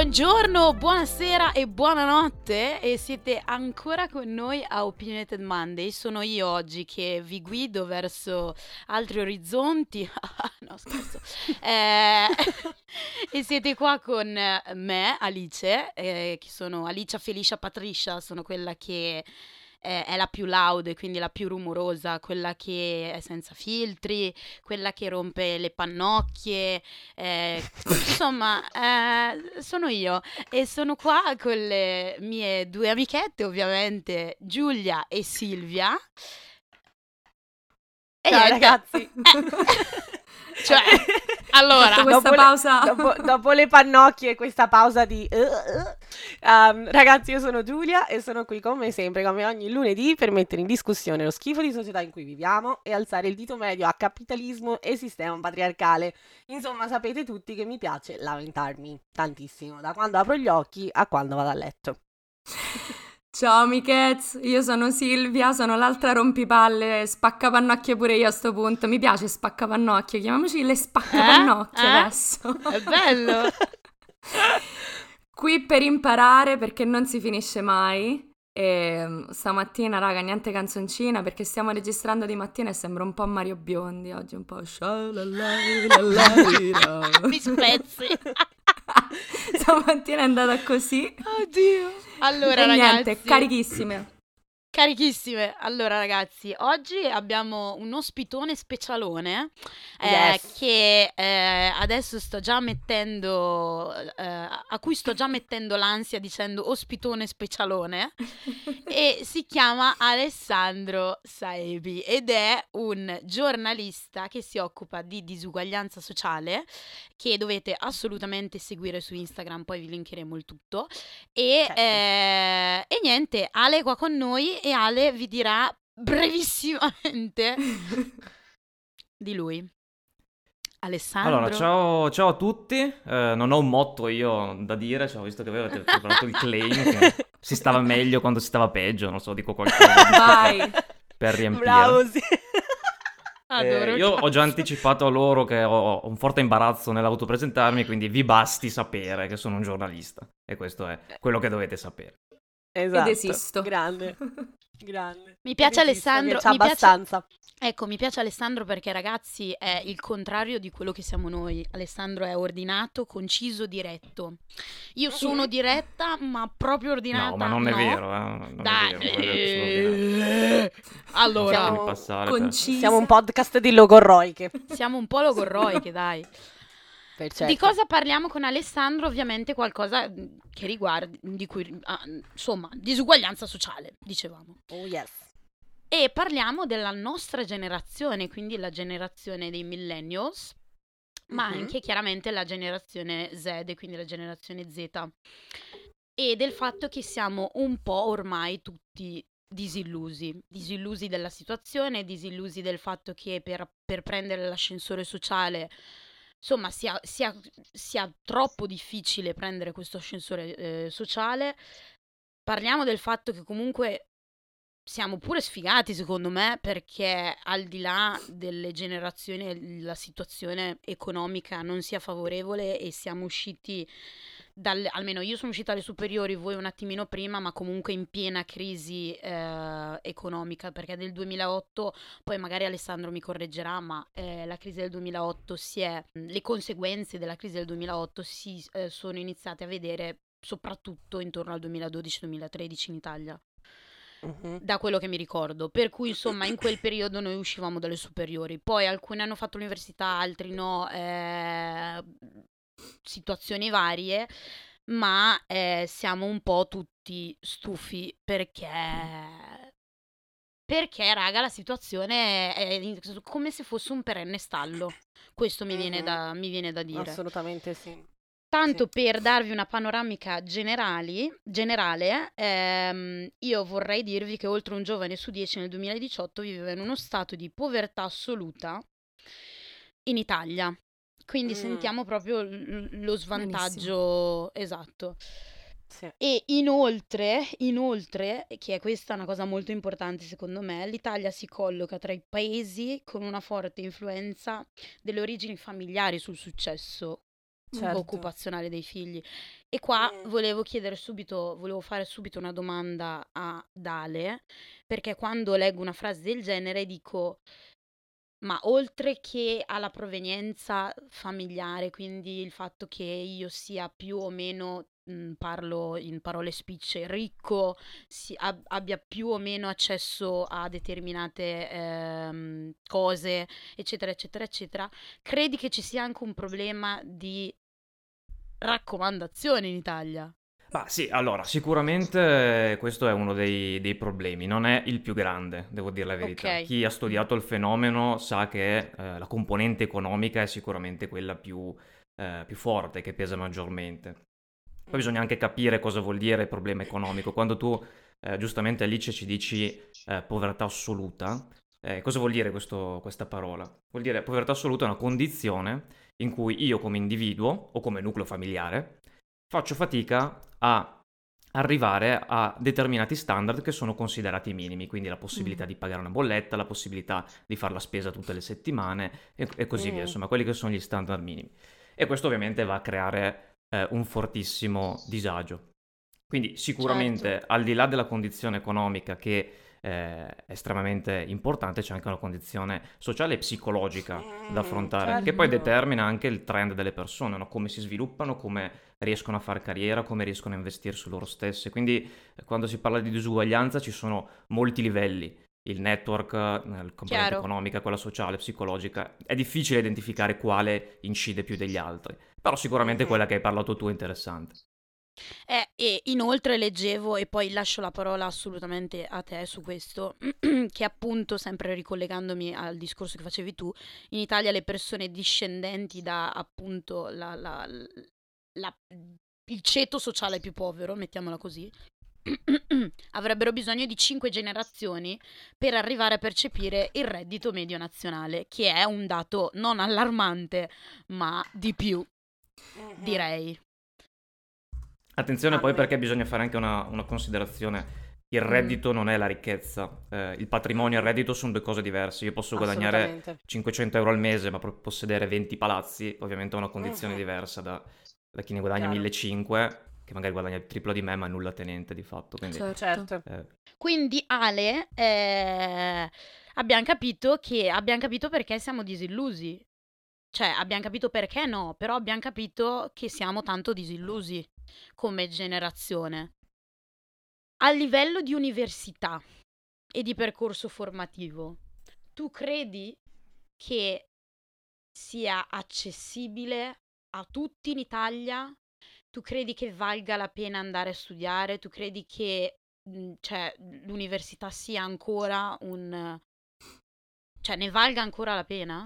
Buongiorno, buonasera e buonanotte e siete ancora con noi a Opinionated Monday. Sono io oggi che vi guido verso altri orizzonti. No, scherzo. E siete qua con me, Alice, che sono Alicia Felicia Patricia, sono quella che è la più loud, quindi la più rumorosa, quella che è senza filtri, quella che rompe le pannocchie, insomma, sono io e sono qua con le mie due amichette, ovviamente, Giulia e Silvia. E Ciao niente. ragazzi. Cioè, allora, dopo questa pausa, dopo le pannocchie, questa pausa di ragazzi, io sono Giulia e sono qui come sempre, come ogni lunedì, per mettere in discussione lo schifo di società in cui viviamo e alzare il dito medio a capitalismo e sistema patriarcale. Insomma, sapete tutti che mi piace lamentarmi tantissimo, da quando apro gli occhi a quando vado a letto. Ciao amichezz, io sono Silvia, sono l'altra rompipalle, spaccapannocchie pure io a sto punto, mi piace spaccapannocchie, chiamiamoci le spaccapannocchie adesso. È bello! Qui per imparare perché non si finisce mai e stamattina raga niente canzoncina perché stiamo registrando di mattina e sembra un po' Mario Biondi oggi, un po' Mi spezzi! Stamattina è andata così. Oddio! Allora, e ragazzi, niente, carichissime. Allora ragazzi, oggi abbiamo un ospitone specialone Yes. che adesso sto già mettendo, a cui sto già mettendo l'ansia dicendo ospitone specialone e si chiama Alessandro Saebi ed è un giornalista che si occupa di disuguaglianza sociale che dovete assolutamente seguire su Instagram, poi vi linkeremo il tutto. E, Certo. e niente, Ale è qua con noi e Ale vi dirà brevissimamente di lui. Alessandro. Allora, ciao a tutti. Non ho un motto io da dire, cioè, ho visto che voi avete preparato il claim che si stava meglio quando si stava peggio, non so, dico qualcosa Vai. per riempire. Bravo, sì. Adoro, Io ho già cazzo. anticipato a loro che ho un forte imbarazzo nell'autopresentarmi, quindi vi basti sapere che sono un giornalista. E questo è quello che dovete sapere. Esatto. Ed esisto. Grande. Grande. Mi piace Ed esisto, Alessandro, che c'ha mi piace- abbastanza. Ecco, mi piace Alessandro perché ragazzi è il contrario di quello che siamo noi. Alessandro è ordinato, conciso, diretto. Io sono diretta, ma proprio ordinata No, ma non è no. vero, non Dai. è vero, non è vero che sono ordinato. Allora, Fatemi Siamo passare per... Concisa. Siamo un podcast di logorroiche. siamo un po' logorroiche, dai. Per certo. Di cosa parliamo con Alessandro? Ovviamente qualcosa che riguarda, di cui, insomma, disuguaglianza sociale, dicevamo. Oh yes. E parliamo della nostra generazione, quindi la generazione dei millennials, ma Mhm. anche chiaramente la generazione Z, e quindi la generazione Z. E del fatto che siamo un po' ormai tutti disillusi della situazione, disillusi del fatto che per prendere l'ascensore sociale, insomma, sia troppo difficile prendere questo ascensore sociale. Parliamo del fatto che comunque siamo pure sfigati, secondo me, perché al di là delle generazioni la situazione economica non sia favorevole e siamo usciti almeno io sono uscita alle superiori, voi un attimino prima, ma comunque in piena crisi economica, perché del 2008, poi magari Alessandro mi correggerà, ma la crisi del 2008 le conseguenze della crisi del 2008 si sono iniziate a vedere soprattutto intorno al 2012-2013 in Italia. Mhm. Da quello che mi ricordo, per cui insomma in quel periodo noi uscivamo dalle superiori, poi alcuni hanno fatto l'università, altri no, situazioni varie, ma siamo un po' tutti stufi perché raga la situazione è come se fosse un perenne stallo, questo mi viene da dire. Assolutamente sì. Tanto Sì. per darvi una panoramica generale, io vorrei dirvi che oltre un giovane su 10 nel 2018 viveva in uno stato di povertà assoluta in Italia. Quindi sentiamo proprio lo svantaggio esatto. Sì. E inoltre, che questa è una cosa molto importante secondo me, l'Italia si colloca tra i paesi con una forte influenza delle origini familiari sul successo Certo. occupazionale dei figli. E qua volevo fare subito una domanda a Dale, perché quando leggo una frase del genere dico, ma oltre che alla provenienza familiare, quindi il fatto che io sia più o meno, parlo in parole spicce, ricco, abbia più o meno accesso a determinate cose, eccetera, eccetera, eccetera, credi che ci sia anche un problema di raccomandazione in Italia? Ma sì, allora, sicuramente questo è uno dei problemi, non è il più grande, devo dire la verità. Ok. Chi ha studiato il fenomeno sa che la componente economica è sicuramente quella più forte, che pesa maggiormente. Poi bisogna anche capire cosa vuol dire problema economico. Quando tu, giustamente Alice, ci dici povertà assoluta, cosa vuol dire questa parola? Vuol dire povertà assoluta è una condizione in cui io come individuo o come nucleo familiare faccio fatica a arrivare a determinati standard che sono considerati minimi, quindi la possibilità di pagare una bolletta, la possibilità di fare la spesa tutte le settimane e così via, insomma, quelli che sono gli standard minimi. E questo ovviamente va a creare un fortissimo disagio. Quindi sicuramente Certo. al di là della condizione economica che è estremamente importante, c'è anche una condizione sociale e psicologica da affrontare, che poi Certo. determina anche il trend delle persone, no? Come si sviluppano, come riescono a fare carriera, come riescono a investire su loro stesse. Quindi quando si parla di disuguaglianza ci sono molti livelli. Il network, la componente Chiaro. economica, quella sociale, psicologica. È difficile identificare quale incide più degli altri, però sicuramente quella che hai parlato tu è interessante. E inoltre leggevo, e poi lascio la parola assolutamente a te su questo, che appunto, sempre ricollegandomi al discorso che facevi tu, in Italia le persone discendenti da appunto il ceto sociale più povero, mettiamola così, avrebbero bisogno di 5 generazioni per arrivare a percepire il reddito medio nazionale, che è un dato non allarmante, ma di più, direi. Attenzione poi Amen. perché bisogna fare anche una considerazione. Il reddito non è la ricchezza, il patrimonio e il reddito sono due cose diverse. Io posso guadagnare Assolutamente. 500 euro al mese, ma possedere 20 palazzi, ovviamente è una condizione diversa da chi ne guadagna Chiaro. 1500, che magari guadagna il triplo di me, ma è nulla tenente di fatto. Quindi, Certo. Certo. Quindi Ale, abbiamo capito perché siamo disillusi. Cioè, abbiamo capito perché no, però abbiamo capito che siamo tanto disillusi come generazione. A livello di università e di percorso formativo, tu credi che sia accessibile a tutti in Italia? Tu credi che valga la pena andare a studiare? Tu credi che cioè, l'università sia ancora cioè, ne valga ancora la pena?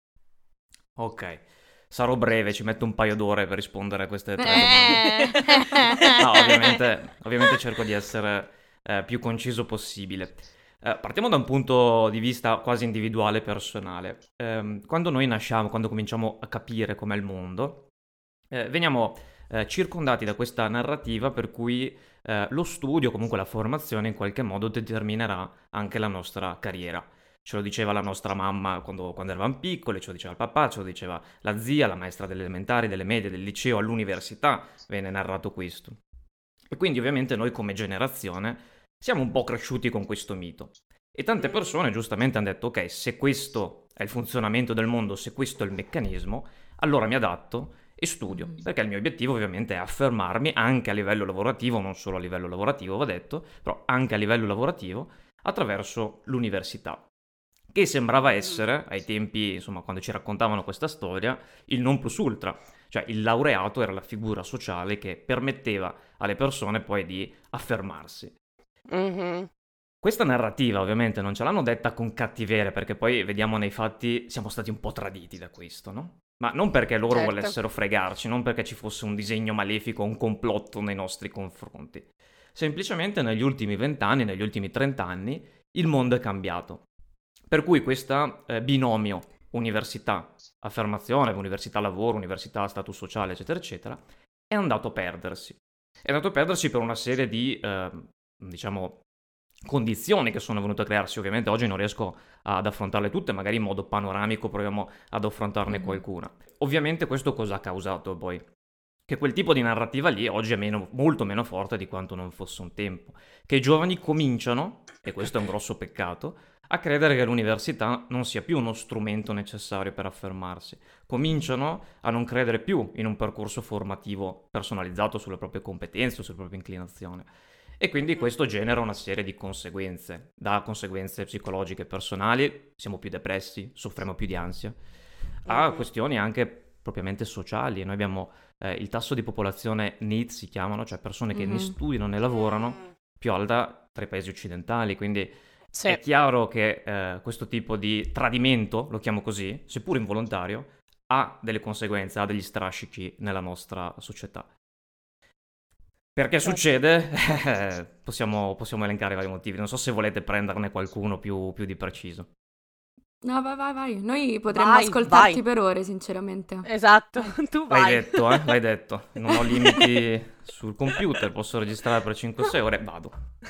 ok, sarò breve, ci metto un paio d'ore per rispondere a queste tre domande. No, ovviamente cerco di essere più conciso possibile. Partiamo da un punto di vista quasi individuale, personale. Quando noi nasciamo, quando cominciamo a capire com'è il mondo, veniamo circondati da questa narrativa per cui lo studio, comunque la formazione, in qualche modo determinerà anche la nostra carriera. Ce lo diceva la nostra mamma quando eravamo piccoli, ce lo diceva il papà, ce lo diceva la zia, la maestra delle elementari, delle medie, del liceo, all'università, viene narrato questo. E quindi ovviamente noi come generazione siamo un po' cresciuti con questo mito. E tante persone giustamente hanno detto, ok, se questo è il funzionamento del mondo, se questo è il meccanismo, allora mi adatto e studio, perché il mio obiettivo ovviamente è affermarmi anche a livello lavorativo, non solo a livello lavorativo, va detto, però anche a livello lavorativo attraverso l'università. Che sembrava essere, ai tempi, insomma, quando ci raccontavano questa storia, il non plus ultra. Cioè il laureato era la figura sociale che permetteva alle persone poi di affermarsi. Mhm. Questa narrativa ovviamente non ce l'hanno detta con cattiveria, perché poi vediamo nei fatti siamo stati un po' traditi da questo, no? Ma non perché loro Certo. volessero fregarci, non perché ci fosse un disegno malefico, un complotto nei nostri confronti. Semplicemente negli ultimi 20 anni, negli ultimi 30 anni, il mondo è cambiato. Per cui questo binomio università, affermazione, università lavoro, università status sociale, eccetera, eccetera, è andato a perdersi. È andato a perdersi per una serie di, diciamo, condizioni che sono venute a crearsi. Ovviamente oggi non riesco ad affrontarle tutte, magari in modo panoramico proviamo ad affrontarne qualcuna. Ovviamente questo cosa ha causato poi? Che quel tipo di narrativa lì oggi è molto meno forte di quanto non fosse un tempo. Che i giovani cominciano, e questo è un grosso peccato, a credere che l'università non sia più uno strumento necessario per affermarsi. Cominciano a non credere più in un percorso formativo personalizzato sulle proprie competenze, sulle proprie inclinazioni. E quindi questo genera una serie di conseguenze, da conseguenze psicologiche personali, siamo più depressi, soffriamo più di ansia, a questioni anche propriamente sociali. Noi abbiamo il tasso di popolazione NEET, si chiamano, cioè persone che né studiano né lavorano, più alta tra i paesi occidentali, quindi è chiaro che questo tipo di tradimento, lo chiamo così, seppur involontario, ha delle conseguenze, ha degli strascichi nella nostra società. Perché succede? Possiamo elencare vari motivi. Non so se volete prenderne qualcuno più di preciso. No, vai. Noi potremmo ascoltarti per ore, sinceramente. Esatto, tu vai. L'hai detto. Non ho limiti sul computer, posso registrare per 5-6 ore, vado.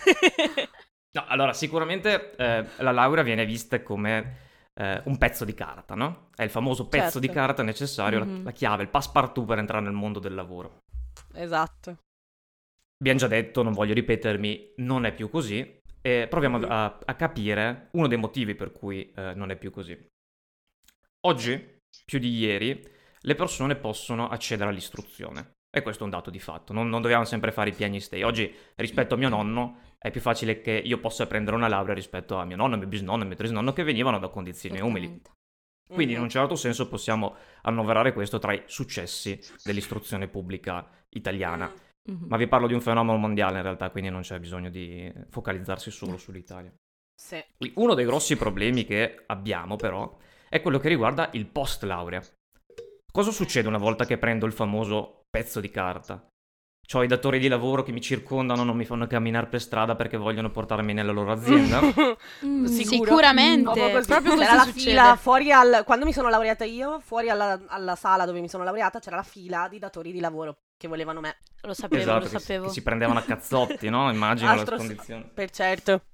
No, allora, sicuramente la laurea viene vista come un pezzo di carta, no? È il famoso pezzo di carta necessario, la chiave, il passepartout per entrare nel mondo del lavoro. Esatto. Abbiamo già detto, non voglio ripetermi, non è più così, e proviamo a capire uno dei motivi per cui non è più così. Oggi, più di ieri, le persone possono accedere all'istruzione, e questo è un dato di fatto, non dobbiamo sempre fare i piagnistei. Oggi, rispetto a mio nonno, è più facile che io possa prendere una laurea rispetto a mio nonno, mio bisnonno, mio trisnonno, che venivano da condizioni umili. Quindi in un certo senso possiamo annoverare questo tra i successi dell'istruzione pubblica italiana. Ma vi parlo di un fenomeno mondiale in realtà, quindi non c'è bisogno di focalizzarsi solo sull'Italia. Sì. Uno dei grossi problemi che abbiamo però è quello che riguarda il post laurea. Cosa succede una volta che prendo il famoso pezzo di carta? C'ho i datori di lavoro che mi circondano, non mi fanno camminare per strada perché vogliono portarmi nella loro azienda? Sicuramente, proprio così c'era la succede. fila fuori quando mi sono laureata io, fuori alla sala dove mi sono laureata, c'era la fila di datori di lavoro che volevano me. Lo sapevo, Esatto, lo sapevo. Che si prendevano a cazzotti, no? Immagino le condizioni. Per certo.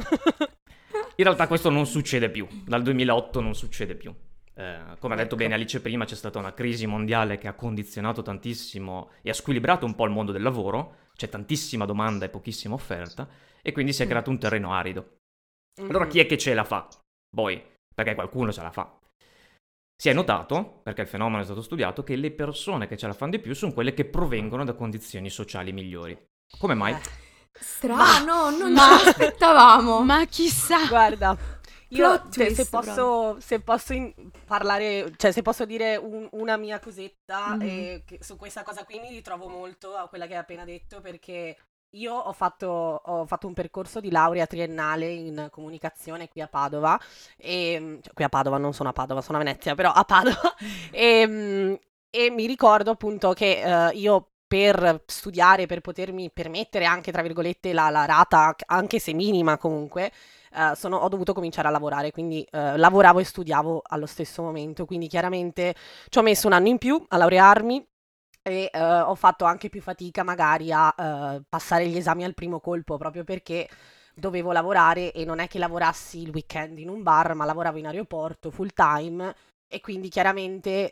In realtà questo non succede più, dal 2008 non succede più. Come ha detto bene Alice prima, c'è stata una crisi mondiale che ha condizionato tantissimo e ha squilibrato un po' il mondo del lavoro, c'è tantissima domanda e pochissima offerta, e quindi si è creato un terreno arido. Allora chi è che ce la fa? Poi, perché qualcuno ce la fa. Si è notato, perché il fenomeno è stato studiato, che le persone che ce la fanno di più sono quelle che provengono da condizioni sociali migliori. Come mai? Strano, non ce l'aspettavamo. Ma chissà. Guarda, io twist, se posso parlare, cioè se posso dire una mia cosetta su questa cosa qui, mi ritrovo molto a quella che hai appena detto, perché io ho fatto un percorso di laurea triennale in comunicazione qui a Padova, qui a Padova, non sono a Padova, sono a Venezia, però a Padova, e mi ricordo appunto che io per studiare, per potermi permettere anche, tra virgolette, la rata, anche se minima comunque, ho dovuto cominciare a lavorare, quindi lavoravo e studiavo allo stesso momento, quindi chiaramente ci ho messo un anno in più a laurearmi e ho fatto anche più fatica magari a passare gli esami al primo colpo, proprio perché dovevo lavorare e non è che lavorassi il weekend in un bar, ma lavoravo in aeroporto full time. E quindi chiaramente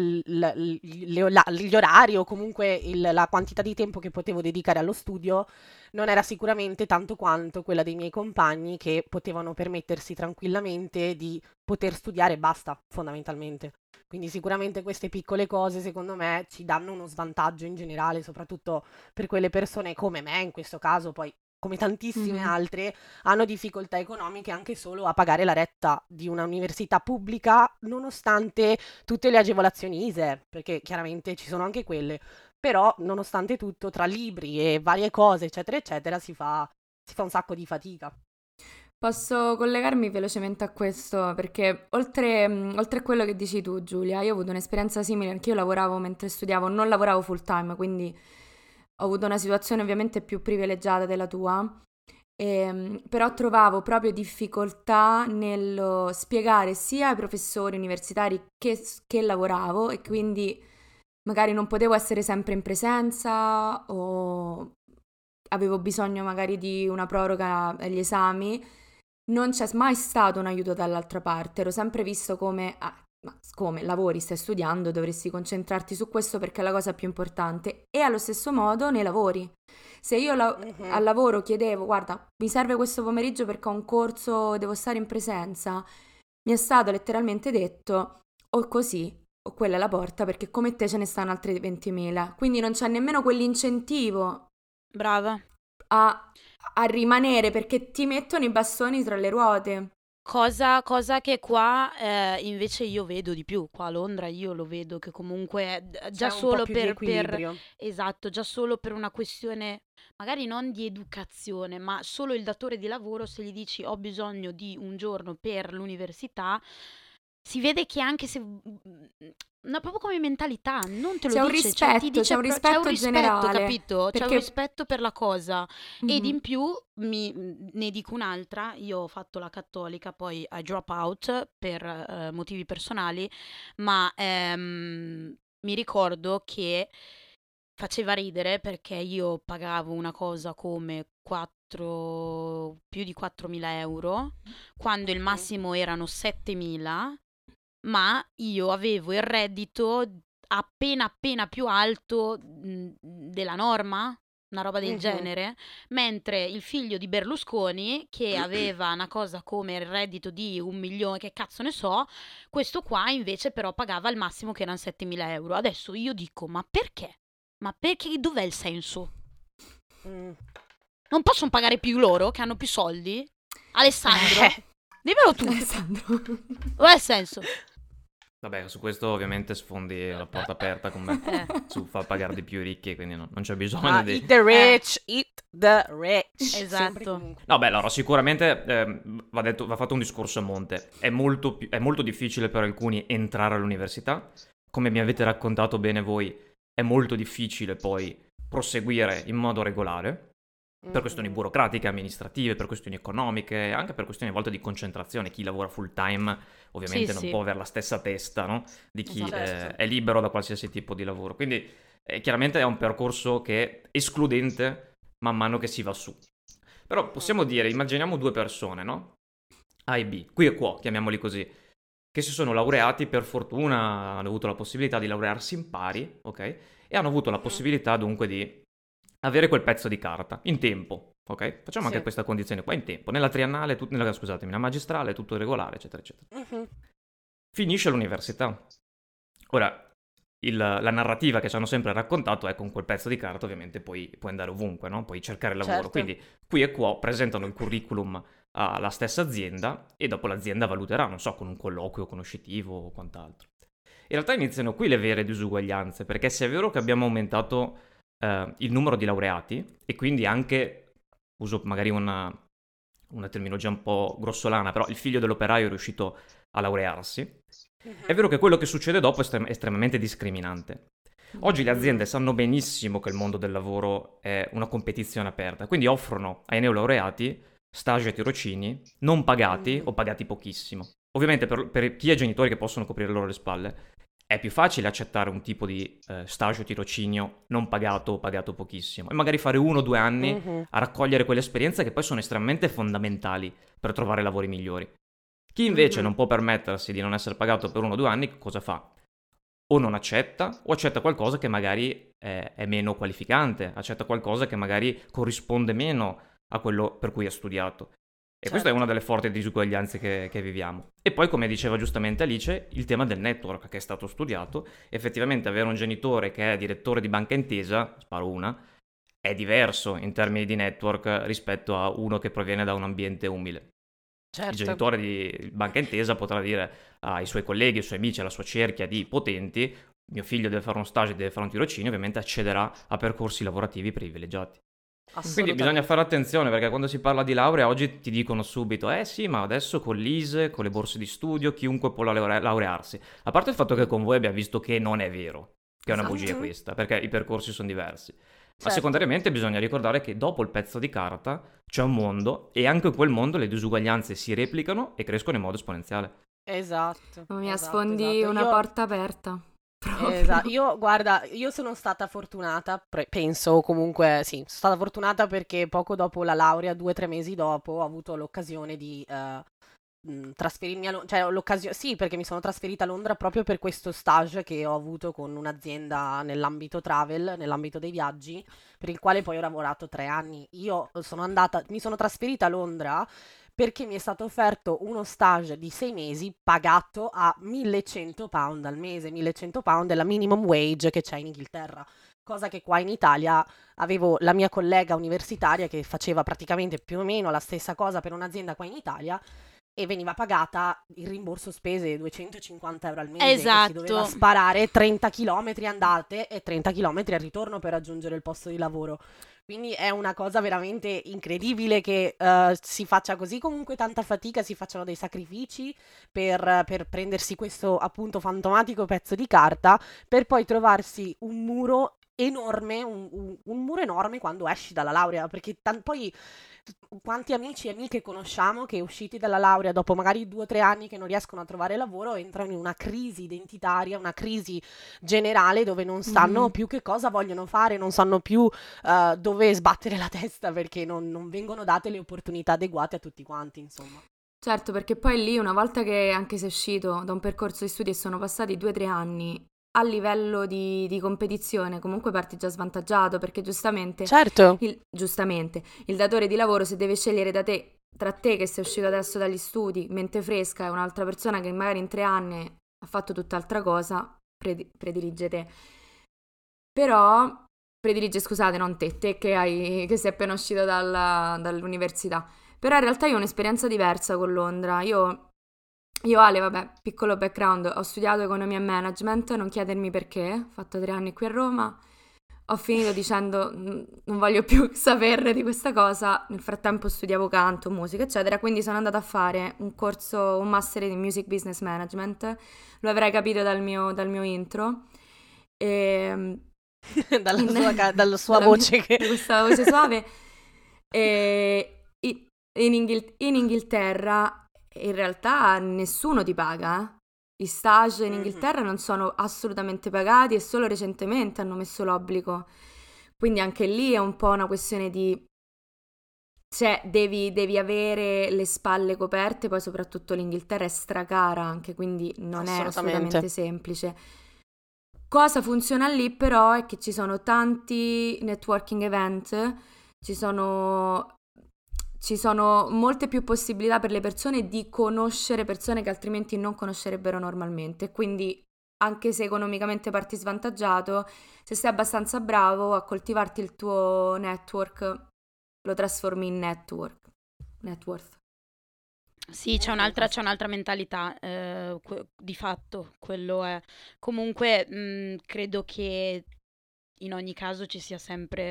gli orari o comunque la quantità di tempo che potevo dedicare allo studio non era sicuramente tanto quanto quella dei miei compagni, che potevano permettersi tranquillamente di poter studiare e basta, fondamentalmente. Quindi sicuramente queste piccole cose, secondo me, ci danno uno svantaggio in generale, soprattutto per quelle persone come me, in questo caso, poi come tantissime altre, hanno difficoltà economiche anche solo a pagare la retta di una università pubblica, nonostante tutte le agevolazioni ISEE, perché chiaramente ci sono anche quelle, però nonostante tutto, tra libri e varie cose, eccetera, eccetera, si fa un sacco di fatica. Posso collegarmi velocemente a questo, perché oltre a quello che dici tu, Giulia, io ho avuto un'esperienza simile, anche io lavoravo mentre studiavo, non lavoravo full time, quindi ho avuto una situazione ovviamente più privilegiata della tua, però trovavo proprio difficoltà nello spiegare sia ai professori universitari che lavoravo, e quindi magari non potevo essere sempre in presenza, o avevo bisogno magari di una proroga agli esami, non c'è mai stato un aiuto dall'altra parte, ero sempre visto come, ma come lavori, stai studiando, dovresti concentrarti su questo perché è la cosa più importante. E allo stesso modo nei lavori. Se io al lavoro chiedevo, guarda, mi serve questo pomeriggio perché ho un corso, devo stare in presenza, mi è stato letteralmente detto, o così, o quella è la porta, perché come te ce ne stanno altre 20.000. Quindi non c'è nemmeno quell'incentivo Brava. a rimanere, perché ti mettono i bastoni tra le ruote. Cosa che qua invece io vedo di più, qua a Londra io lo vedo che comunque già C'è un solo po' più di per equilibrio. esatto, già solo per una questione magari non di educazione, ma solo il datore di lavoro se gli dici ho bisogno di un giorno per l'università, si vede che anche se no, proprio come mentalità, non te lo C'è un dice, cioè ti rispetto, dice c'è un rispetto generale, capito? C'è un perché rispetto per la cosa. Ed Mhm. in più ne dico un'altra, io ho fatto la cattolica, poi I drop out per motivi personali, ma mi ricordo che faceva ridere perché io pagavo una cosa come più di 4.000 euro, quando il massimo erano 7.000, ma io avevo il reddito appena più alto della norma, una roba del genere, mentre il figlio di Berlusconi, che aveva una cosa come il reddito di 1 milione, che cazzo ne so, questo qua invece però pagava il massimo che erano 7.000 euro. Adesso io dico, ma perché? Ma perché dov'è il senso? Non possono pagare più loro che hanno più soldi? Alessandro? Dimmelo tu. Alessandro. Dov'è il senso? Vabbè, su questo ovviamente sfondi la porta aperta con me. Su far pagare di più i ricchi, quindi non c'è bisogno di... Eat the rich, eat the rich. Esatto. Sempre comunque. No, beh, allora sicuramente va fatto un discorso a monte. È molto difficile per alcuni entrare all'università. Come mi avete raccontato bene voi, è molto difficile poi proseguire in modo regolare. Per questioni burocratiche, amministrative, per questioni economiche, anche per questioni a volte di concentrazione. Chi lavora full time ovviamente non può avere la stessa testa, no? Di chi Certo. è libero da qualsiasi tipo di lavoro. Quindi chiaramente è un percorso che è escludente man mano che si va su. Però possiamo dire, immaginiamo due persone, no? A e B, qui e qua, chiamiamoli così, che si sono laureati, per fortuna hanno avuto la possibilità di laurearsi in pari, ok? E hanno avuto la possibilità dunque di avere quel pezzo di carta in tempo, ok? Facciamo anche questa condizione qua in tempo. Nella triennale, nella magistrale, tutto regolare, eccetera, eccetera. Finisce l'università. Ora, la narrativa che ci hanno sempre raccontato è con quel pezzo di carta ovviamente puoi andare ovunque, no? Puoi cercare lavoro. Certo. Quindi qui e qua presentano il curriculum alla stessa azienda e dopo l'azienda valuterà, non so, con un colloquio conoscitivo o quant'altro. In realtà iniziano qui le vere disuguaglianze, perché se è vero che abbiamo aumentato il numero di laureati e quindi anche, uso magari una terminologia un po' grossolana, però il figlio dell'operaio è riuscito a laurearsi, è vero che quello che succede dopo è estremamente discriminante. Oggi le aziende sanno benissimo che il mondo del lavoro è una competizione aperta, quindi offrono ai neolaureati stage e tirocini non pagati o pagati pochissimo. Ovviamente per chi ha genitori che possono coprire loro le spalle è più facile accettare un tipo di stage o tirocinio non pagato o pagato pochissimo e magari fare 1 o 2 anni a raccogliere quelle esperienze che poi sono estremamente fondamentali per trovare lavori migliori. Chi invece non può permettersi di non essere pagato per 1 o 2 anni, cosa fa? O non accetta, o accetta qualcosa che magari è meno qualificante, accetta qualcosa che magari corrisponde meno a quello per cui ha studiato. E questa è una delle forti disuguaglianze che viviamo. E poi, come diceva giustamente Alice, il tema del network che è stato studiato. Effettivamente avere un genitore che è direttore di Banca Intesa, sparo una, è diverso in termini di network rispetto a uno che proviene da un ambiente umile. Certo. Il genitore di Banca Intesa potrà dire ai suoi colleghi, ai suoi amici, alla sua cerchia di potenti: mio figlio deve fare uno stage, deve fare un tirocinio, ovviamente accederà a percorsi lavorativi privilegiati. Quindi bisogna fare attenzione, perché quando si parla di laurea oggi ti dicono subito sì, ma adesso con l'ISEE, con le borse di studio, chiunque può laurearsi. A parte il fatto che con voi abbiamo visto che non è vero, che è una bugia questa, perché i percorsi sono diversi. Ma secondariamente bisogna ricordare che dopo il pezzo di carta c'è un mondo e anche in quel mondo le disuguaglianze si replicano e crescono in modo esponenziale. Esatto. Mi sfondi una porta aperta. Esatto. Io sono stata fortunata, penso comunque, sì, sono stata fortunata perché poco dopo la laurea, 2 o 3 mesi dopo, ho avuto l'occasione di trasferirmi a Londra, cioè l'occasione, sì, perché mi sono trasferita a Londra proprio per questo stage che ho avuto con un'azienda nell'ambito travel, nell'ambito dei viaggi, per il quale poi ho lavorato 3 anni. Mi sono trasferita a Londra perché mi è stato offerto uno stage di 6 mesi pagato a £1.100 al mese. £1.100 è la minimum wage che c'è in Inghilterra. Cosa che qua in Italia avevo la mia collega universitaria che faceva praticamente più o meno la stessa cosa per un'azienda qua in Italia e veniva pagata il rimborso spese €250 al mese e si doveva Esatto. sparare 30 km andate e 30 km al ritorno per raggiungere il posto di lavoro. Quindi è una cosa veramente incredibile che si faccia così comunque tanta fatica, si facciano dei sacrifici per prendersi questo appunto fantomatico pezzo di carta per poi trovarsi un muro enorme, un muro enorme quando esci dalla laurea, perché poi quanti amici e amiche conosciamo che usciti dalla laurea dopo magari 2 o 3 anni che non riescono a trovare lavoro entrano in una crisi identitaria, una crisi generale dove non sanno Mhm. più che cosa vogliono fare, non sanno più dove sbattere la testa perché non vengono date le opportunità adeguate a tutti quanti, insomma. Certo, perché poi lì, una volta che anche sei uscito da un percorso di studi e sono passati 2 o 3 anni, a livello di competizione, comunque parti già svantaggiato, perché Certo. giustamente, il datore di lavoro, se deve scegliere tra te che sei uscito adesso dagli studi, mente fresca, e un'altra persona che magari in 3 anni ha fatto tutt'altra cosa, predilige te. Però, predilige, scusate, non te che sei appena uscito dall'università. Però in realtà io ho un'esperienza diversa con Londra. Io Ale, vabbè, piccolo background, ho studiato economia e management, non chiedermi perché, ho fatto 3 anni qui a Roma, ho finito dicendo non voglio più saperne di questa cosa, nel frattempo studiavo canto, musica, eccetera, quindi sono andata a fare un master in Music Business Management, lo avrai capito dal mio intro, e, Dalla sua voce che... di questa voce suave, e in Inghilterra in realtà nessuno ti paga, eh. Gli stage in Mhm. Inghilterra non sono assolutamente pagati e solo recentemente hanno messo l'obbligo. Quindi anche lì è un po' una questione di... Cioè, devi avere le spalle coperte, poi soprattutto l'Inghilterra è stracara anche, quindi non è Assolutamente. assolutamente semplice. Cosa funziona lì però è che ci sono tanti networking event, ci sono, ci sono molte più possibilità per le persone di conoscere persone che altrimenti non conoscerebbero normalmente. Quindi, anche se economicamente parti svantaggiato, se sei abbastanza bravo a coltivarti il tuo network, lo trasformi in net worth. Sì, c'è un'altra mentalità, di fatto, quello è. Comunque, credo che in ogni caso ci sia sempre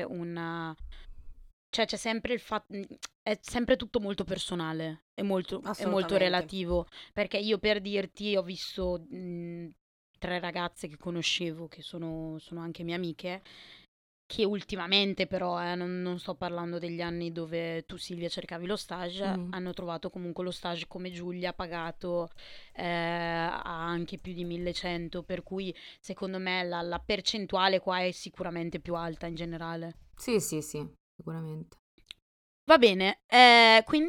cioè c'è sempre è sempre tutto molto personale, è molto Assolutamente. relativo, perché io per dirti ho visto 3 ragazze che conoscevo, che sono anche mie amiche, che ultimamente però, non sto parlando degli anni dove tu Silvia cercavi lo stage, Mm. hanno trovato comunque lo stage come Giulia, pagato a anche più di 1100, per cui secondo me la percentuale qua è sicuramente più alta in generale. Sì, sì, sì, sicuramente. Va bene, quindi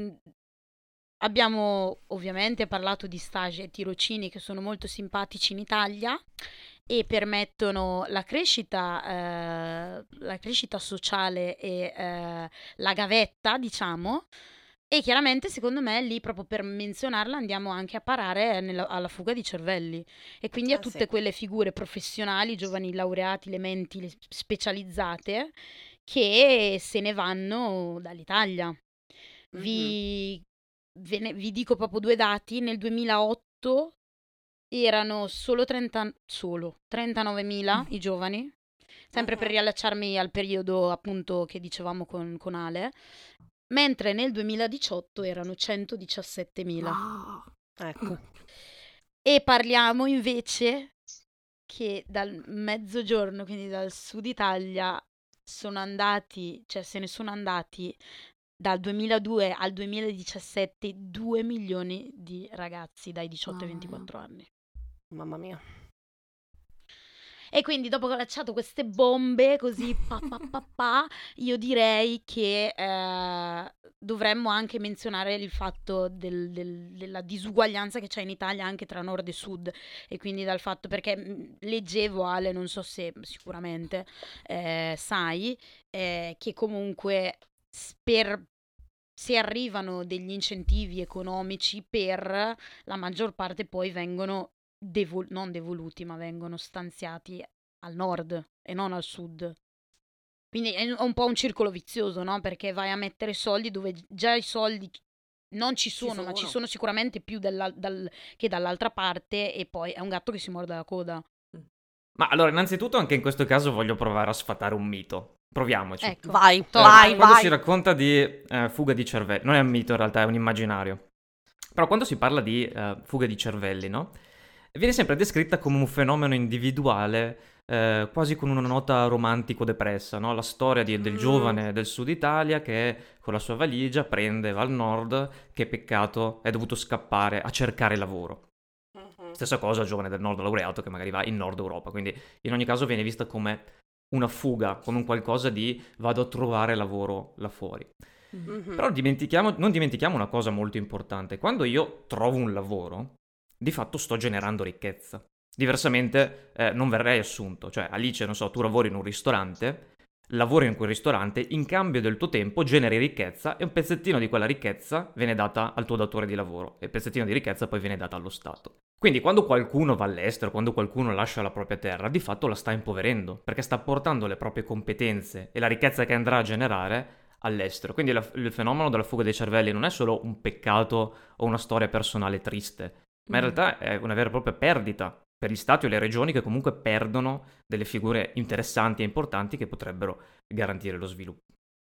abbiamo ovviamente parlato di stage e tirocini che sono molto simpatici in Italia e permettono la crescita sociale e la gavetta, diciamo. E chiaramente, secondo me, lì proprio per menzionarla andiamo anche a parare alla fuga di cervelli e quindi a Sì. tutte quelle figure professionali, giovani laureati, le menti specializzate che se ne vanno dall'Italia. Mhm. Vi, vi dico proprio 2 dati: nel 2008 erano solo 39.000 i giovani, sempre per Mhm. riallacciarmi al periodo appunto che dicevamo con Ale, mentre nel 2018 erano 117.000. Wow. Ecco. E parliamo invece che dal mezzogiorno, quindi dal sud Italia, sono andati, cioè se ne sono andati dal 2002 al 2017 2 milioni di ragazzi dai 18 ai Mamma mia. 24 anni. Mamma mia. E quindi dopo che ho lanciato queste bombe così io direi che dovremmo anche menzionare il fatto della disuguaglianza che c'è in Italia anche tra nord e sud, e quindi dal fatto, perché leggevo, Ale, non so se sicuramente sai, che comunque se arrivano degli incentivi economici, per la maggior parte poi vengono non devoluti, ma vengono stanziati al nord e non al sud. Quindi è un po' un circolo vizioso, no? Perché vai a mettere soldi dove già i soldi non ci sono, ma ci sono sicuramente più che dall'altra parte, e poi è un gatto che si morde la coda. Ma allora, innanzitutto, anche in questo caso voglio provare a sfatare un mito. Proviamoci. Ecco. Vai, Quando si vai. racconta di fuga di cervelli, non è un mito in realtà, è un immaginario. Però quando si parla di fuga di cervelli, no? Viene sempre descritta come un fenomeno individuale, quasi con una nota romantico-depressa, no? La storia del giovane del sud Italia che con la sua valigia prende, va al nord, che peccato, è dovuto scappare a cercare lavoro. Stessa cosa il giovane del nord laureato che magari va in Nord Europa, quindi in ogni caso viene vista come una fuga, come un qualcosa di vado a trovare lavoro là fuori. Però non dimentichiamo una cosa molto importante. Quando io trovo un lavoro, di fatto sto generando ricchezza. Diversamente non verrei assunto. Cioè, Alice, non so, tu lavori in un ristorante, lavori in quel ristorante, in cambio del tuo tempo generi ricchezza e un pezzettino di quella ricchezza viene data al tuo datore di lavoro e il pezzettino di ricchezza poi viene data allo Stato. Quindi quando qualcuno va all'estero, quando qualcuno lascia la propria terra, di fatto la sta impoverendo, perché sta portando le proprie competenze e la ricchezza che andrà a generare all'estero. Quindi il fenomeno della fuga dei cervelli non è solo un peccato o una storia personale triste, ma in realtà è una vera e propria perdita per gli stati o le regioni che comunque perdono delle figure interessanti e importanti che potrebbero garantire lo sviluppo.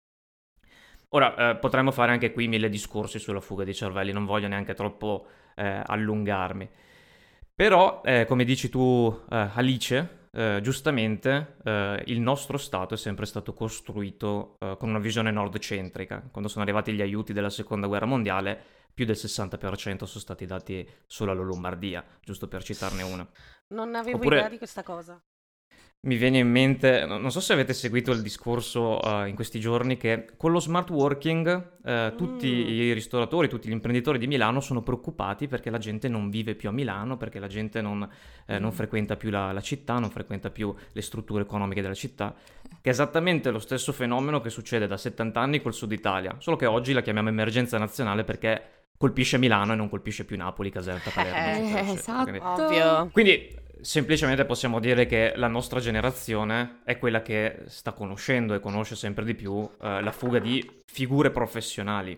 Ora, potremmo fare anche qui 1000 discorsi sulla fuga dei cervelli, non voglio neanche troppo allungarmi. Però, come dici tu, Alice, giustamente, il nostro Stato è sempre stato costruito con una visione nord-centrica. Quando sono arrivati gli aiuti della Seconda Guerra Mondiale, più del 60% sono stati dati solo alla Lombardia, giusto per citarne una. Non avevo Oppure idea di questa cosa. mi viene in mente, non so se avete seguito il discorso in questi giorni, che con lo smart working tutti i ristoratori, tutti gli imprenditori di Milano sono preoccupati perché la gente non vive più a Milano, perché la gente non frequenta più la città, non frequenta più le strutture economiche della città, che è esattamente lo stesso fenomeno che succede da 70 anni col Sud Italia, solo che oggi la chiamiamo emergenza nazionale perché colpisce Milano e non colpisce più Napoli, Caserta, Palermo. Esatto. Ovvio. Quindi semplicemente possiamo dire che la nostra generazione è quella che sta conoscendo e conosce sempre di più la fuga di figure professionali.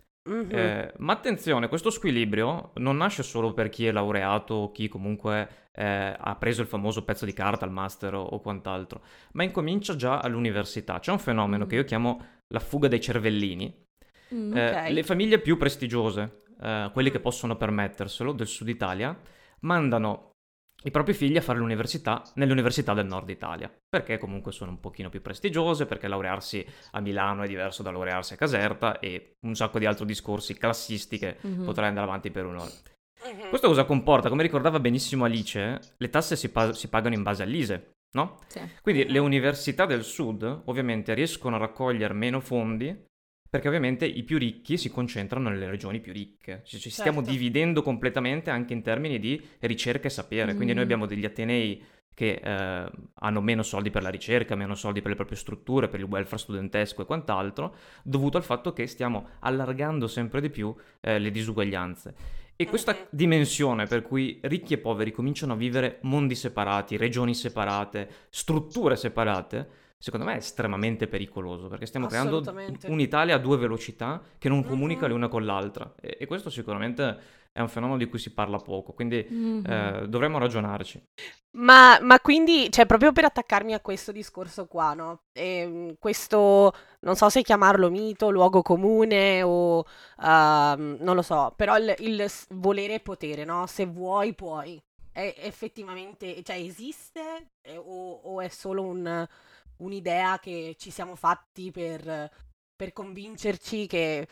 Ma attenzione, questo squilibrio non nasce solo per chi è laureato o chi comunque ha preso il famoso pezzo di carta al master o quant'altro, ma incomincia già all'università. C'è un fenomeno che io chiamo la fuga dei cervellini. Ok. Le famiglie più prestigiose, quelle che possono permetterselo, del Sud Italia, mandano i propri figli a fare l'università nelle università del Nord Italia, perché comunque sono un pochino più prestigiose, perché laurearsi a Milano è diverso da laurearsi a Caserta e un sacco di altri discorsi classisti che potrei andare avanti per un'ora. Questo cosa comporta? Come ricordava benissimo Alice, le tasse si pagano in base all'ISEE, no? Sì. Quindi le università del Sud ovviamente riescono a raccogliere meno fondi perché ovviamente i più ricchi si concentrano nelle regioni più ricche. Ci stiamo dividendo completamente anche in termini di ricerca e sapere. Quindi noi abbiamo degli atenei che hanno meno soldi per la ricerca, meno soldi per le proprie strutture, per il welfare studentesco e quant'altro, dovuto al fatto che stiamo allargando sempre di più le disuguaglianze. E questa dimensione per cui ricchi e poveri cominciano a vivere mondi separati, regioni separate, strutture separate, secondo me è estremamente pericoloso, perché stiamo creando un'Italia a due velocità che non comunica l'una con l'altra. E questo sicuramente è un fenomeno di cui si parla poco, quindi dovremmo ragionarci. Ma quindi, cioè, proprio per attaccarmi a questo discorso qua, no? Questo, non so se chiamarlo mito, luogo comune o non lo so, però il volere potere, no? Se vuoi, puoi. È effettivamente, cioè, esiste o è solo un'idea che ci siamo fatti per convincerci che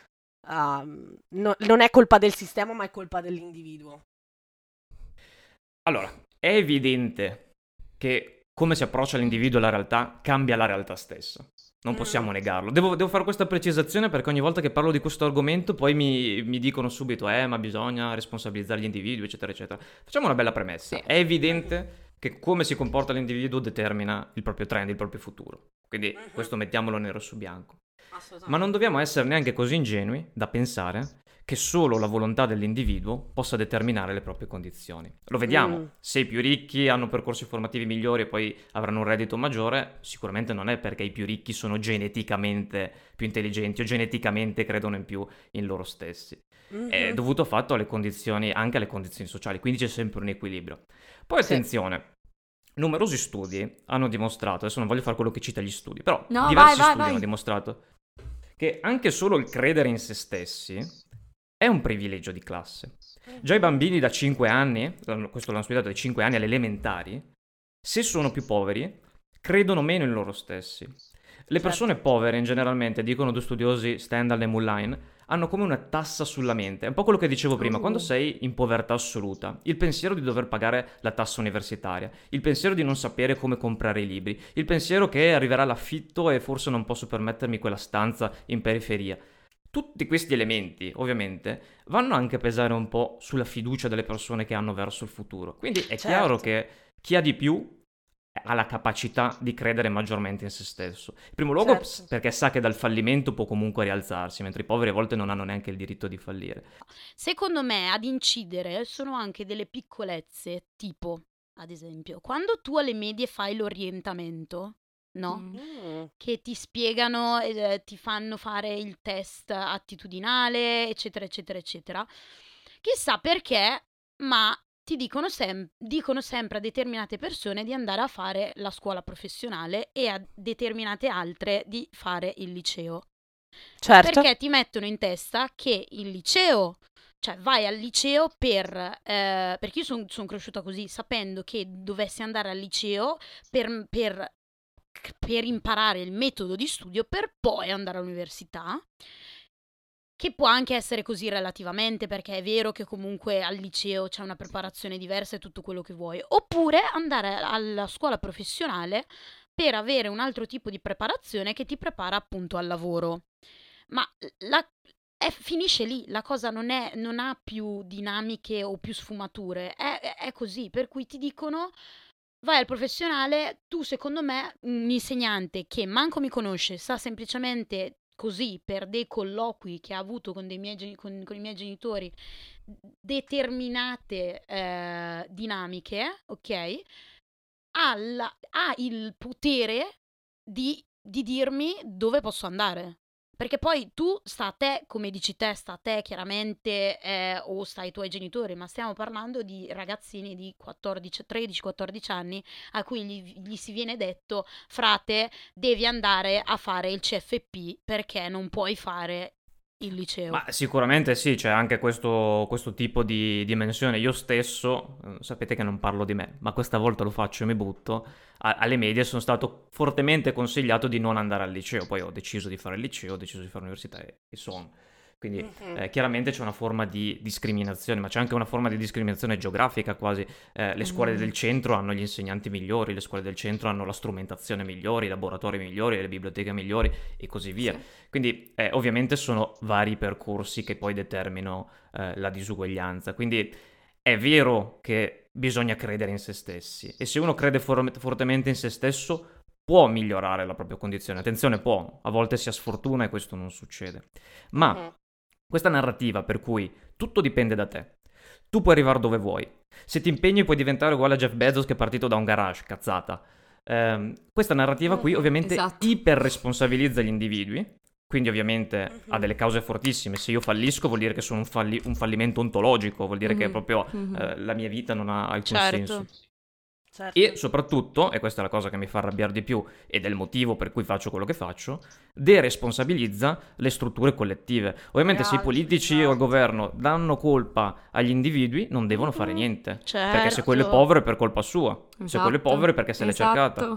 non è colpa del sistema, ma è colpa dell'individuo? Allora, è evidente che come si approccia l'individuo alla realtà cambia la realtà stessa. Non possiamo negarlo. Devo fare questa precisazione perché ogni volta che parlo di questo argomento poi mi dicono subito ma bisogna responsabilizzare gli individui, eccetera, eccetera. Facciamo una bella premessa. Sì. È evidente che come si comporta l'individuo determina il proprio trend, il proprio futuro. Quindi questo mettiamolo nero su bianco. Ma non dobbiamo essere neanche così ingenui da pensare che solo la volontà dell'individuo possa determinare le proprie condizioni. Lo vediamo, se i più ricchi hanno percorsi formativi migliori e poi avranno un reddito maggiore, sicuramente non è perché i più ricchi sono geneticamente più intelligenti o geneticamente credono in più in loro stessi. È dovuto fatto alle condizioni, anche alle condizioni sociali, quindi c'è sempre un equilibrio. Poi attenzione, numerosi studi hanno dimostrato, adesso non voglio fare quello che cita gli studi, però diversi studi hanno dimostrato che anche solo il credere in se stessi è un privilegio di classe. Già i bambini da 5 anni, questo l'hanno studiato dai 5 anni alle elementari, se sono più poveri, credono meno in loro stessi. Le persone povere, generalmente, dicono due studiosi Stendhal e Mulline, hanno come una tassa sulla mente. È un po' quello che dicevo prima, quando sei in povertà assoluta, il pensiero di dover pagare la tassa universitaria, il pensiero di non sapere come comprare i libri, il pensiero che arriverà l'affitto e forse non posso permettermi quella stanza in periferia. Tutti questi elementi, ovviamente, vanno anche a pesare un po' sulla fiducia delle persone che hanno verso il futuro. Quindi è chiaro che chi ha di più ha la capacità di credere maggiormente in se stesso. In primo luogo perché sa che dal fallimento può comunque rialzarsi, mentre i poveri a volte non hanno neanche il diritto di fallire. Secondo me ad incidere sono anche delle piccolezze, tipo, ad esempio, quando tu alle medie fai l'orientamento, no? Che ti spiegano, ti fanno fare il test attitudinale, eccetera, eccetera, eccetera. Chissà perché, ma ti dicono sempre a determinate persone di andare a fare la scuola professionale e a determinate altre di fare il liceo. Certo. Perché ti mettono in testa che il liceo, cioè vai al liceo perché io sono cresciuta così, sapendo che dovessi andare al liceo per imparare il metodo di studio per poi andare all'università, che può anche essere così relativamente, perché è vero che comunque al liceo c'è una preparazione diversa e tutto quello che vuoi, oppure andare alla scuola professionale per avere un altro tipo di preparazione che ti prepara appunto al lavoro. Ma finisce lì, la cosa non ha più dinamiche o più sfumature, è così, per cui ti dicono vai al professionale, tu secondo me un insegnante che manco mi conosce, sa semplicemente così per dei colloqui che ha avuto con i miei genitori determinate dinamiche, ok? Ha il potere di dirmi dove posso andare. Perché poi tu sta a te, come dici te, sta a te chiaramente, o sta ai tuoi genitori, ma stiamo parlando di ragazzini di 13-14 anni a cui gli si viene detto, frate, devi andare a fare il CFP perché non puoi fare il liceo. Ma sicuramente sì, c'è anche questo tipo di dimensione. Io stesso, sapete che non parlo di me, ma questa volta lo faccio e mi butto. Alle medie sono stato fortemente consigliato di non andare al liceo, poi ho deciso di fare il liceo, ho deciso di fare l'università e sono. Quindi chiaramente c'è una forma di discriminazione, ma c'è anche una forma di discriminazione geografica quasi. Le scuole del centro hanno gli insegnanti migliori, le scuole del centro hanno la strumentazione migliore, i laboratori migliori, le biblioteche migliori e così via. Sì. Quindi ovviamente sono vari percorsi che poi determinano la disuguaglianza. Quindi è vero che bisogna credere in se stessi e se uno crede fortemente in se stesso può migliorare la propria condizione. Attenzione, può, a volte si ha sfortuna e questo non succede. Ma questa narrativa per cui tutto dipende da te. Tu puoi arrivare dove vuoi. Se ti impegni puoi diventare uguale a Jeff Bezos che è partito da un garage, cazzata. Questa narrativa qui ovviamente iperresponsabilizza gli individui, quindi ovviamente ha delle cause fortissime. Se io fallisco vuol dire che sono un fallimento ontologico, vuol dire che proprio la mia vita non ha alcun senso. Certo. E soprattutto, e questa è la cosa che mi fa arrabbiare di più ed è il motivo per cui faccio quello che faccio, deresponsabilizza le strutture collettive. Ovviamente se i politici o il governo danno colpa agli individui non devono fare niente, perché se quello è povero è per colpa sua, se quello è povero è perché se l'è cercata.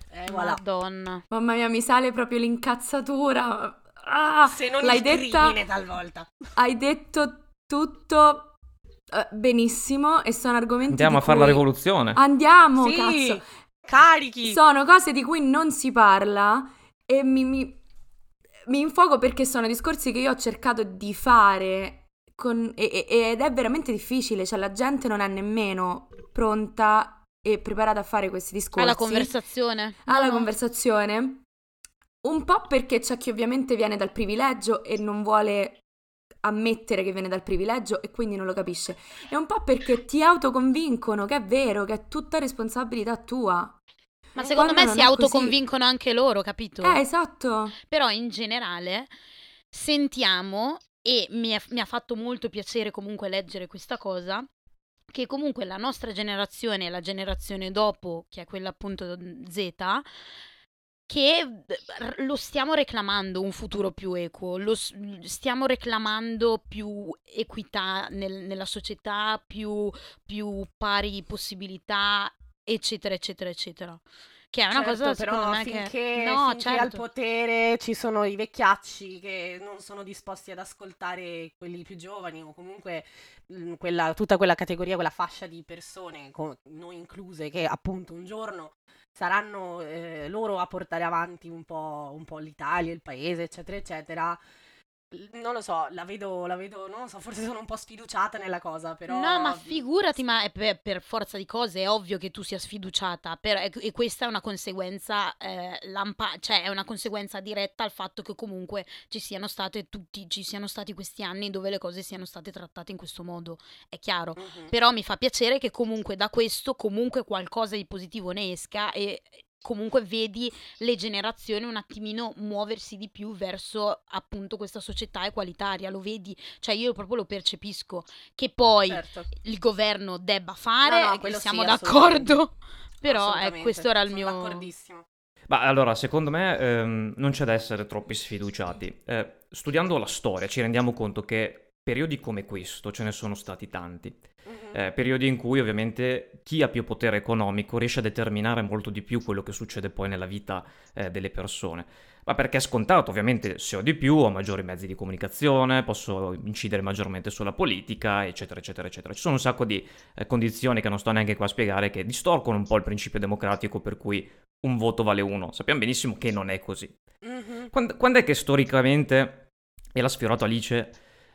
Madonna. Mamma mia, mi sale proprio l'incazzatura. Se non l'hai detta talvolta. Hai detto tutto benissimo e sono argomenti andiamo a fare la rivoluzione. Andiamo, sì. cazzo. carichi. Sono cose di cui non si parla e mi infoco perché sono discorsi che io ho cercato di fare ed è veramente difficile, cioè la gente non è nemmeno pronta e preparata a fare questi discorsi. Alla conversazione. Alla conversazione. Un po' perché c'è chi ovviamente viene dal privilegio e non vuole ammettere che viene dal privilegio e quindi non lo capisce. E un po' perché ti autoconvincono che è vero, che è tutta responsabilità tua. Ma secondo me non si è così. autoconvincono anche loro, capito? Esatto. Però in generale sentiamo, e mi ha fatto molto piacere comunque leggere questa cosa, che comunque la nostra generazione e la generazione dopo, che è quella appunto Z, che lo stiamo reclamando un futuro più equo, stiamo reclamando più equità nella società, più pari possibilità, eccetera, eccetera, eccetera. Che è una cosa, secondo però me, finché al certo. potere ci sono i vecchiacci che non sono disposti ad ascoltare quelli più giovani o comunque tutta quella categoria, quella fascia di persone, noi incluse, che appunto un giorno saranno loro a portare avanti un po' l'Italia, il paese, eccetera, eccetera. Non lo so, la vedo, non lo so, forse sono un po' sfiduciata nella cosa, però... No, ma figurati, ma è per forza di cose è ovvio che tu sia sfiduciata, e questa è una conseguenza cioè è una conseguenza diretta al fatto che comunque ci siano stati questi anni dove le cose siano state trattate in questo modo, è chiaro. Però mi fa piacere che comunque da questo comunque qualcosa di positivo ne esca e comunque vedi le generazioni un attimino muoversi di più verso appunto questa società equalitaria, lo vedi? Cioè io proprio lo percepisco, che poi Certo. il governo debba fare, No, che quello siamo sì, d'accordo, però assolutamente, questo era il sono mio... d'accordissimo. Ma allora, secondo me non c'è da essere troppi sfiduciati. Studiando la storia ci rendiamo conto che periodi come questo ce ne sono stati tanti. Periodi in cui ovviamente chi ha più potere economico riesce a determinare molto di più quello che succede poi nella vita delle persone. Ma perché è scontato, ovviamente se ho di più ho maggiori mezzi di comunicazione, posso incidere maggiormente sulla politica, eccetera, eccetera, eccetera. Ci sono un sacco di condizioni che non sto neanche qua a spiegare che distorcono un po' il principio democratico per cui un voto vale uno. Sappiamo benissimo che non è così. Quando è che storicamente, e l'ha sfiorato Alice,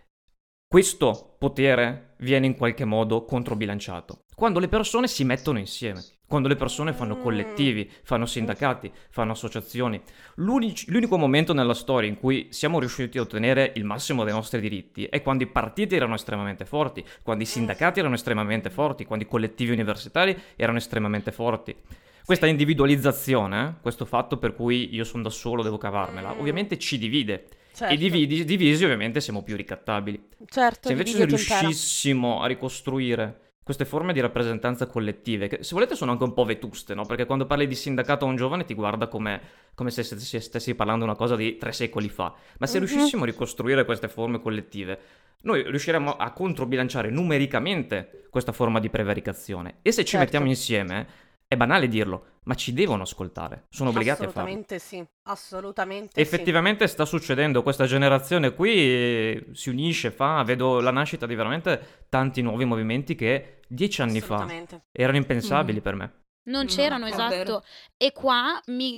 questo potere viene in qualche modo controbilanciato? Quando le persone si mettono insieme, quando le persone fanno collettivi, fanno sindacati, fanno associazioni. L'unico momento nella storia in cui siamo riusciti a ottenere il massimo dei nostri diritti è quando i partiti erano estremamente forti, quando i sindacati erano estremamente forti, quando i collettivi universitari erano estremamente forti. Questa individualizzazione, questo fatto per cui io sono da solo, devo cavarmela, ovviamente ci divide. Certo. E divisi ovviamente siamo più ricattabili. Certo, Se invece riuscissimo a ricostruire queste forme di rappresentanza collettive, che se volete sono anche un po' vetuste, no? Perché quando parli di sindacato a un giovane ti guarda come se stessi parlando una cosa di 3 secoli fa. Ma se riuscissimo a ricostruire queste forme collettive, noi riusciremo a controbilanciare numericamente questa forma di prevaricazione. E se ci mettiamo insieme, è banale dirlo, ma ci devono ascoltare, sono obbligati a farlo. Assolutamente Effettivamente sta succedendo, questa generazione qui si unisce, vedo la nascita di veramente tanti nuovi movimenti che 10 anni fa erano impensabili per me. Non c'erano, esatto. Vero. E qua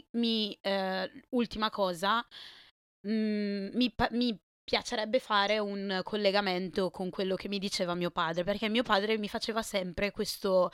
ultima cosa, mi piacerebbe fare un collegamento con quello che mi diceva mio padre, perché mio padre mi faceva sempre questo...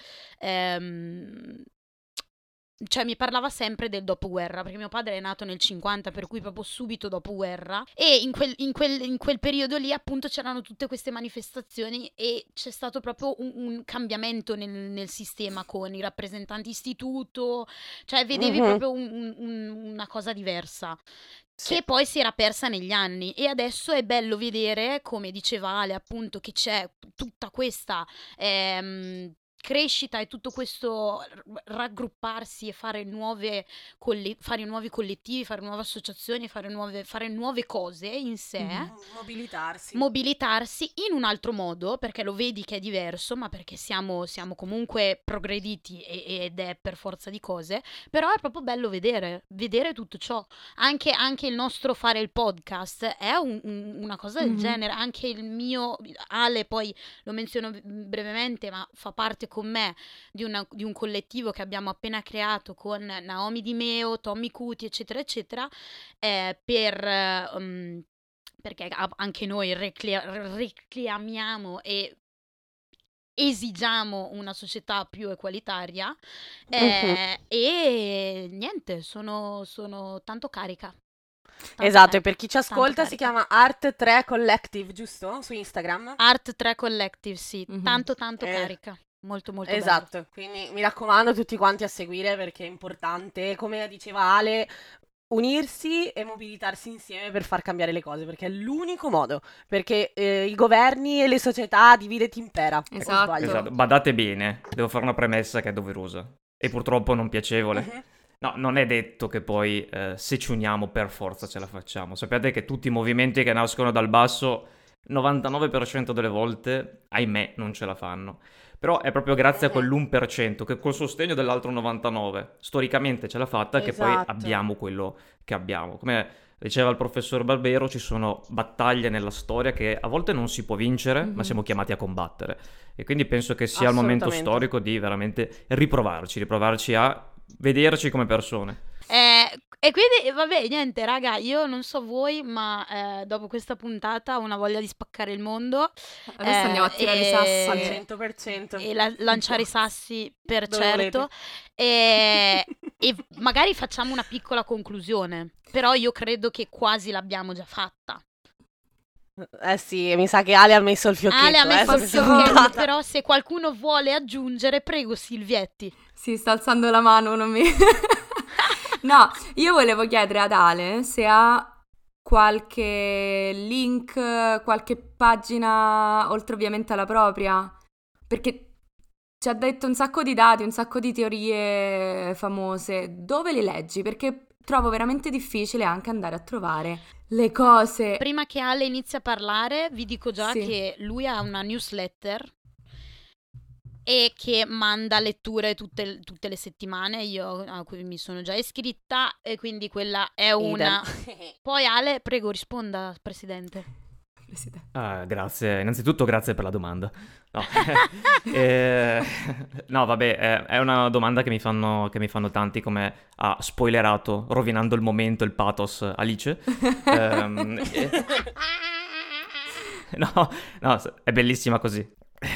cioè mi parlava sempre del dopoguerra, perché mio padre è nato nel 50, per cui proprio subito dopoguerra, e in quel periodo lì appunto c'erano tutte queste manifestazioni e c'è stato proprio un cambiamento nel sistema con i rappresentanti istituto, cioè vedevi proprio una cosa diversa. Che poi si era persa negli anni, e adesso è bello vedere, come diceva Ale appunto, che c'è tutta questa crescita e tutto questo raggrupparsi e fare nuovi collettivi, fare nuove associazioni, fare nuove cose in sé, mobilitarsi in un altro modo, perché lo vedi che è diverso, ma perché siamo comunque progrediti ed è per forza di cose. Però è proprio bello vedere tutto ciò, anche il nostro fare il podcast è una cosa del genere, anche il mio Ale, poi lo menziono brevemente, ma fa parte con me di un collettivo che abbiamo appena creato con Naomi Di Meo, Tommy Cuti, eccetera, eccetera, perché anche noi reclamiamo e esigiamo una società più equalitaria, e niente, sono tanto carica. Esatto, e per chi ci tanto ascolta si carica. chiama Art3 Collective, giusto? Su Instagram? Art3 Collective, sì, Mhm. tanto carica, molto molto bello. Esatto, quindi mi raccomando tutti quanti a seguire perché è importante, come diceva Ale, unirsi e mobilitarsi insieme per far cambiare le cose, perché è l'unico modo, perché i governi e le società divide et impera. o Esatto. sbaglio? Esatto, badate bene, devo fare una premessa che è doverosa e purtroppo non piacevole. Mhm. No, non è detto che poi se ci uniamo per forza ce la facciamo. Sappiate che tutti i movimenti che nascono dal basso, 99% delle volte, ahimè, non ce la fanno. Però è proprio grazie a quell'1% che col sostegno dell'altro 99% storicamente ce l'ha fatta che poi Esatto. abbiamo quello che abbiamo. Come diceva il professor Barbero, ci sono battaglie nella storia che a volte non si può vincere, ma siamo chiamati a combattere. E quindi penso che sia il momento Assolutamente. storico di veramente riprovarci a vederci come persone. E quindi, vabbè, niente, raga, io non so voi, ma dopo questa puntata ho una voglia di spaccare il mondo. Adesso andiamo a tirare i sassi. Al e 100%. lanciare i sassi per Dove certo. E magari facciamo una piccola conclusione. Però io credo che quasi l'abbiamo già fatta. Eh sì, mi sa che Ale ha messo il fiocchetto. Ale ha messo il su questa fiocchetto, puntata. però se qualcuno vuole aggiungere, prego Silvietti. Sì, sta alzando la mano, non mi... No, io volevo chiedere ad Ale se ha qualche link, qualche pagina, oltre ovviamente alla propria, perché ci ha detto un sacco di dati, un sacco di teorie famose. Dove le leggi? Perché trovo veramente difficile anche andare a trovare le cose. Prima che Ale inizi a parlare, vi dico già Sì. che lui ha una newsletter e che manda letture tutte le settimane, io a cui mi sono già iscritta, e quindi quella è una. Poi Ale, prego, risponda, Presidente. Grazie, innanzitutto grazie per la domanda. No, no, vabbè, è una domanda che mi fanno tanti, come ha spoilerato, rovinando il momento, il pathos, Alice. No, è bellissima così.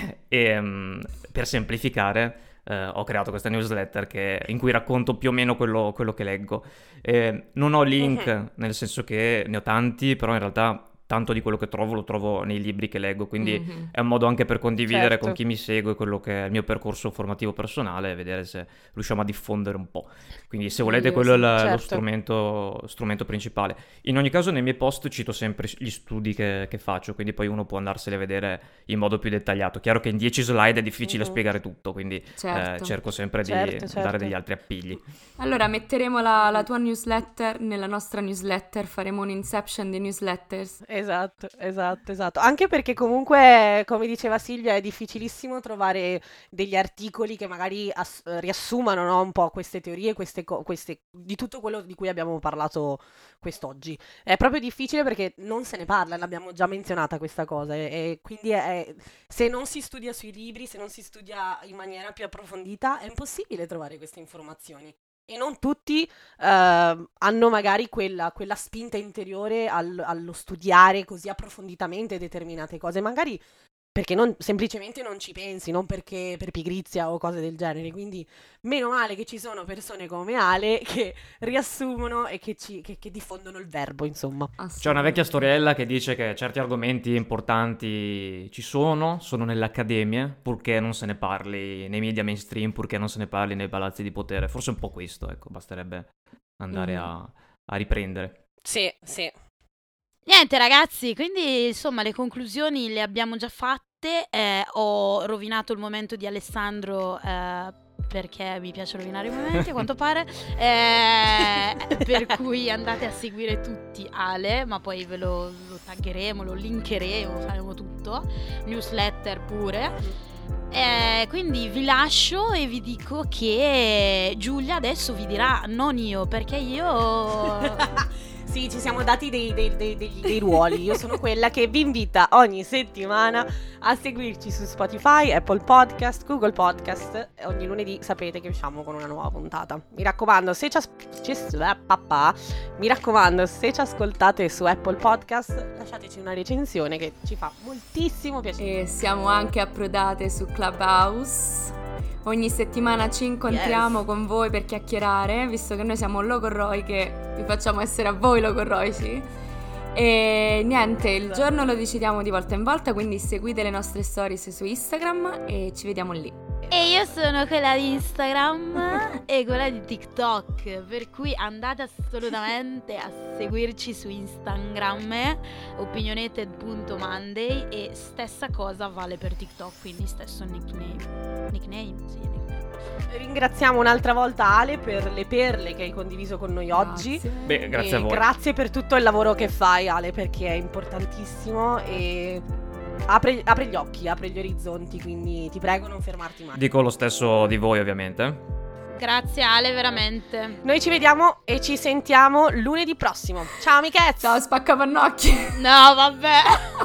E per semplificare, ho creato questa newsletter in cui racconto più o meno quello che leggo. Non ho link, nel senso che ne ho tanti, però in realtà tanto di quello che trovo lo trovo nei libri che leggo, quindi è un modo anche per condividere Certo. con chi mi segue quello che è il mio percorso formativo personale e vedere se riusciamo a diffondere un po'. Quindi se volete quello è lo Certo. strumento principale. In ogni caso nei miei post cito sempre gli studi che faccio, quindi poi uno può andarseli a vedere in modo più dettagliato. Chiaro che in 10 slide è difficile spiegare tutto, quindi Certo. cerco sempre di Certo. dare degli altri appigli. Allora metteremo la tua newsletter nella nostra newsletter, faremo un inception di newsletters. Esatto. Anche perché comunque, come diceva Silvia, è difficilissimo trovare degli articoli che magari riassumano, no, un po' queste teorie, queste di tutto quello di cui abbiamo parlato quest'oggi. È proprio difficile perché non se ne parla, l'abbiamo già menzionata questa cosa, e quindi se non si studia sui libri, se non si studia in maniera più approfondita, è impossibile trovare queste informazioni. E non tutti hanno magari quella spinta interiore allo studiare così approfonditamente determinate cose, magari perché semplicemente non ci pensi, non perché per pigrizia o cose del genere. Quindi meno male che ci sono persone come Ale che riassumono e che diffondono il verbo, insomma. C'è una vecchia storiella che dice che certi argomenti importanti ci sono nell'accademia, purché non se ne parli nei media mainstream, purché non se ne parli nei palazzi di potere. Forse un po' questo, ecco, basterebbe andare a riprendere. Sì. Niente ragazzi, quindi insomma le conclusioni le abbiamo già fatte. Ho rovinato il momento di Alessandro perché mi piace rovinare i momenti a quanto pare, per cui andate a seguire tutti Ale, ma poi ve lo taggeremo, lo linkeremo, faremo tutto, newsletter pure. Quindi vi lascio e vi dico che Giulia adesso vi dirà, non io, perché io... Sì, ci siamo dati dei ruoli. Io sono quella che vi invita ogni settimana a seguirci su Spotify, Apple Podcast, Google Podcast. Ogni lunedì sapete che usciamo con una nuova puntata. Mi raccomando, se ci ascoltate su Apple Podcast, lasciateci una recensione che ci fa moltissimo piacere. E siamo anche approdate su Clubhouse. Ogni settimana ci incontriamo con voi per chiacchierare, visto che noi siamo logorroi, che vi facciamo essere a voi logorroici. E niente, il giorno lo decidiamo di volta in volta, quindi seguite le nostre stories su Instagram e ci vediamo lì. E io sono quella di Instagram e quella di TikTok, per cui andate assolutamente a seguirci su Instagram, opinionated.monday, e stessa cosa vale per TikTok, quindi stesso nickname. Sì. Ringraziamo un'altra volta Ale per le perle che hai condiviso con noi oggi. Beh, grazie a voi. Grazie per tutto il lavoro che fai, Ale, perché è importantissimo e apre gli occhi, apre gli orizzonti, quindi ti prego non fermarti mai. Dico lo stesso di voi, ovviamente. Grazie Ale, veramente. Noi ci vediamo e ci sentiamo lunedì prossimo. Ciao amichezza. Ciao spaccapannocchi. No, vabbè.